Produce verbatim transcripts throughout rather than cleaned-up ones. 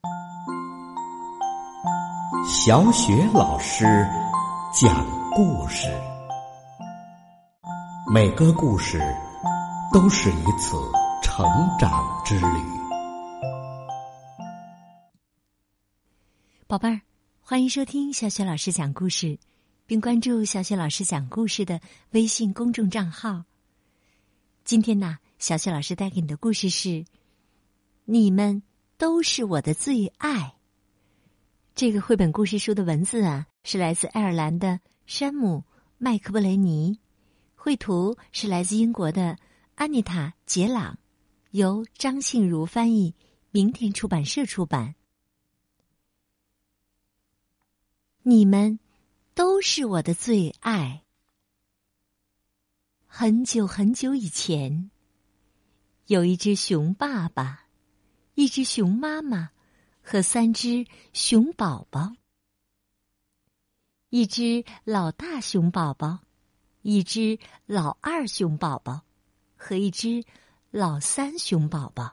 小雪老师讲故事，每个故事都是一次成长之旅。 宝贝儿，欢迎收听小雪老师讲故事，并关注小雪老师讲故事的微信公众账号。今天呢，小雪老师带给你的故事是你们都是我的最爱。这个绘本故事书的文字啊，是来自爱尔兰的山姆·麦克布雷尼，绘图是来自英国的安妮塔·杰朗，由张信如翻译，明天出版社出版。你们都是我的最爱。很久很久以前，有一只熊爸爸，一只熊妈妈和三只熊宝宝。一只老大熊宝宝，一只老二熊宝宝和一只老三熊宝宝。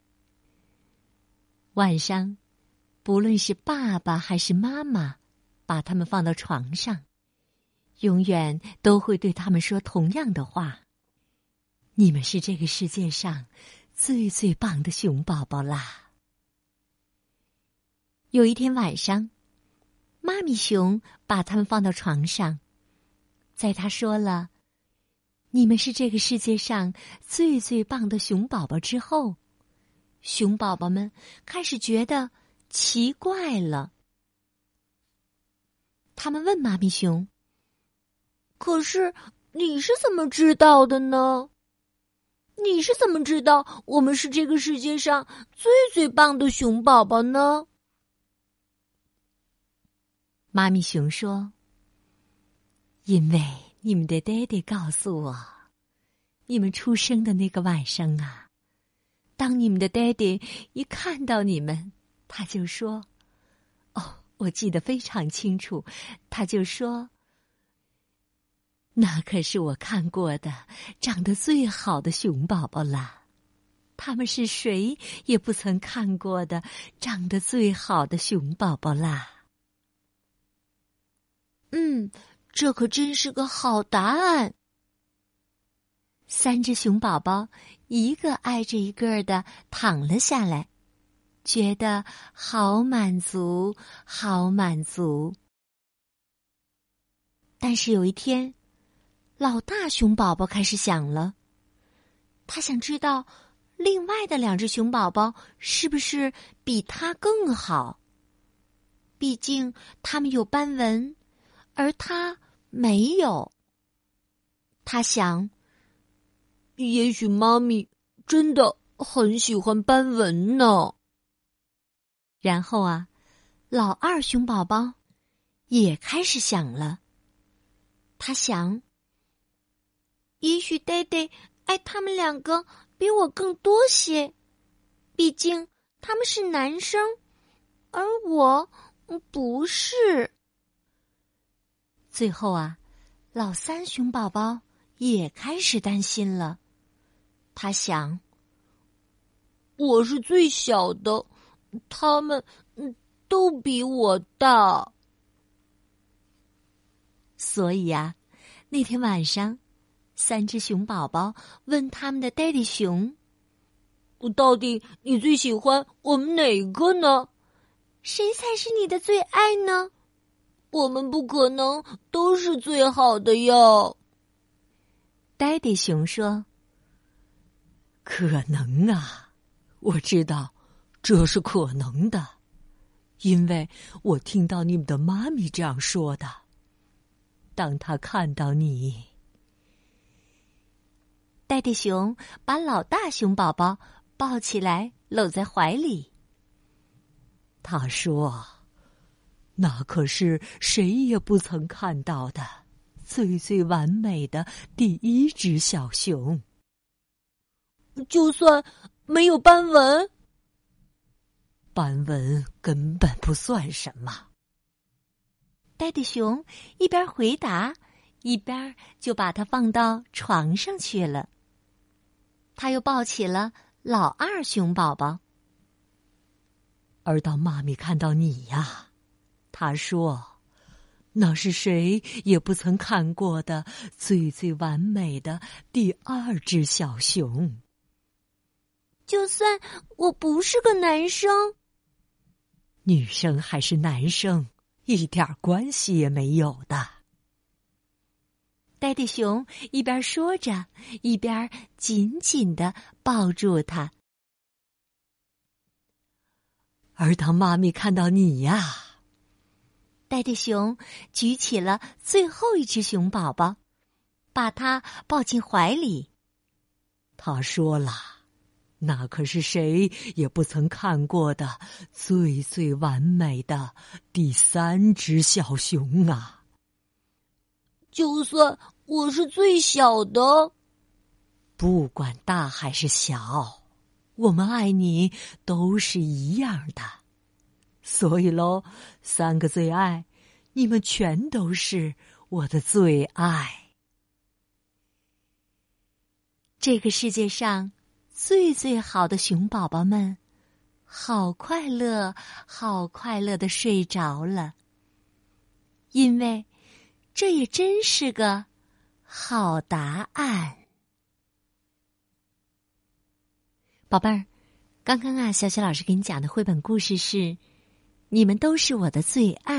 晚上，不论是爸爸还是妈妈，把他们放到床上，永远都会对他们说同样的话：你们是这个世界上最最棒的熊宝宝啦。有一天晚上，妈咪熊把他们放到床上，在他说了你们是这个世界上最最棒的熊宝宝之后，熊宝宝们开始觉得奇怪了。他们问妈咪熊：可是你是怎么知道的呢？你是怎么知道我们是这个世界上最最棒的熊宝宝呢？妈咪熊说：因为你们的爹爹告诉我，你们出生的那个晚上啊，当你们的爹爹一看到你们，他就说，哦，我记得非常清楚，他就说，那可是我看过的长得最好的熊宝宝啦，他们是谁也不曾看过的长得最好的熊宝宝啦。嗯，这可真是个好答案。三只熊宝宝一个挨着一个的躺了下来，觉得好满足，好满足。但是有一天，老大熊宝宝开始想了，他想知道另外的两只熊宝宝是不是比他更好。毕竟他们有斑纹，而他没有。他想，也许妈咪真的很喜欢斑纹呢。然后啊，老二熊宝宝也开始想了。他想，也许爹爹爱他们两个比我更多些，毕竟他们是男生，而我不是。最后啊，老三熊宝宝也开始担心了。他想，我是最小的，他们都比我大。所以啊，那天晚上，三只熊宝宝问他们的爹地熊：到底你最喜欢我们哪个呢？谁才是你的最爱呢？我们不可能都是最好的哟。爹地熊说：可能啊，我知道这是可能的，因为我听到你们的妈咪这样说的。当她看到你，爹地熊把老大熊宝宝抱起来搂在怀里。他说，那可是谁也不曾看到的最最完美的第一只小熊。就算没有斑纹？斑纹根本不算什么。爹地熊一边回答，一边就把它放到床上去了。他又抱起了老二熊宝宝。 而当妈咪看到你呀，她说，那是谁也不曾看过的最最完美的第二只小熊。 就算我不是个男生， 女生还是男生，一点关系也没有的。 呆呆熊一边说着，一边紧紧地抱住他。 而当妈咪看到你呀， 呆呆熊举起了最后一只熊宝宝，把它抱进怀里。 他说了，那可是谁也不曾看过的最最完美的第三只小熊啊！ 就算我是最小的， 不管大还是小，我们爱你都是一样的。所以喽，三个最爱，你们全都是我的最爱。 这个世界上最最好的熊宝宝们，好快乐，好快乐地睡着了。因为这也真是个好答案。宝贝儿，刚刚啊，小雪老师给你讲的绘本故事是《你们都是我的最爱》。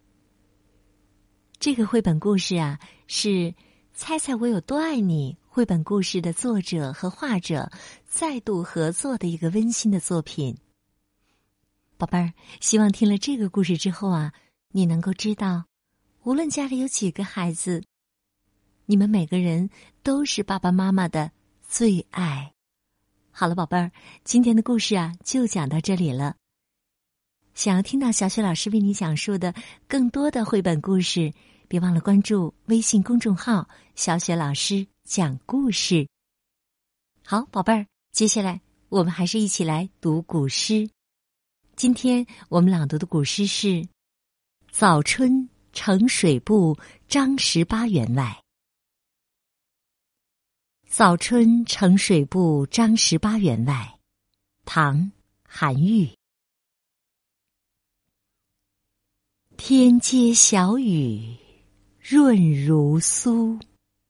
这个绘本故事啊，是《猜猜我有多爱你》绘本故事的作者和画者再度合作的一个温馨的作品。宝贝儿，希望听了这个故事之后啊，你能够知道，无论家里有几个孩子，你们每个人都是爸爸妈妈的最爱。好了，宝贝儿，今天的故事啊，就讲到这里了。想要听到小雪老师为你讲述的更多的绘本故事，别忘了关注微信公众号小雪老师讲故事。好，宝贝儿，接下来我们还是一起来读古诗。今天我们朗读的古诗是《早春呈水部张十八员外》。早春呈水部张十八员外，唐·韩愈。天街小雨润如酥，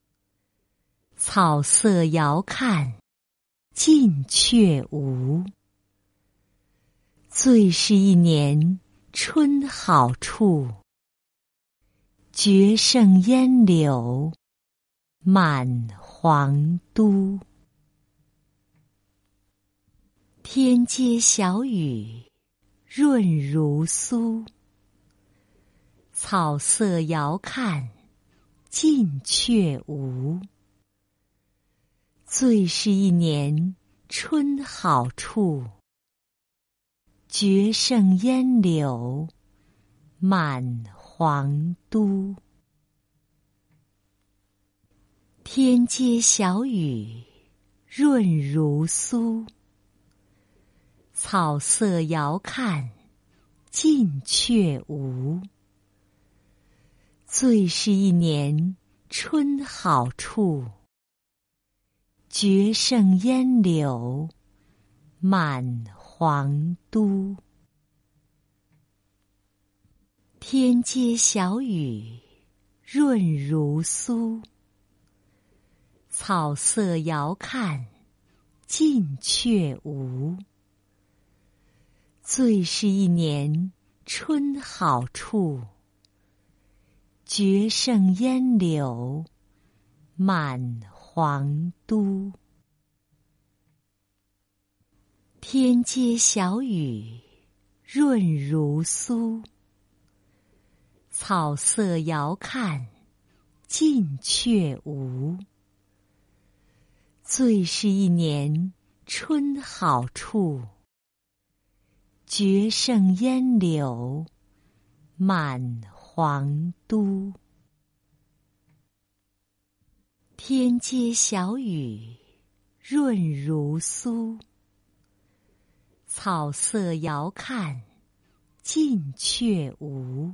草色遥看近却无。最是一年春好处，绝胜烟柳满皇都。天街小雨润如酥，草色遥看近却无。最是一年春好处，绝胜烟柳满皇都。天街小雨润如酥，草色遥看近却无。最是一年春好处，绝胜烟柳满皇都。天街小雨润如酥，草色遥看近却无。最是一年春好处，绝胜烟柳满皇都。天街小雨润如酥，草色遥看近却无。最是一年春好处，绝胜烟柳满皇都。天街小雨润如酥，草色遥看近却无。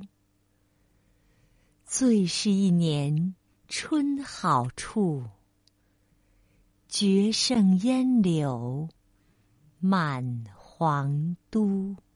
最是一年春好处，绝胜烟柳满皇都。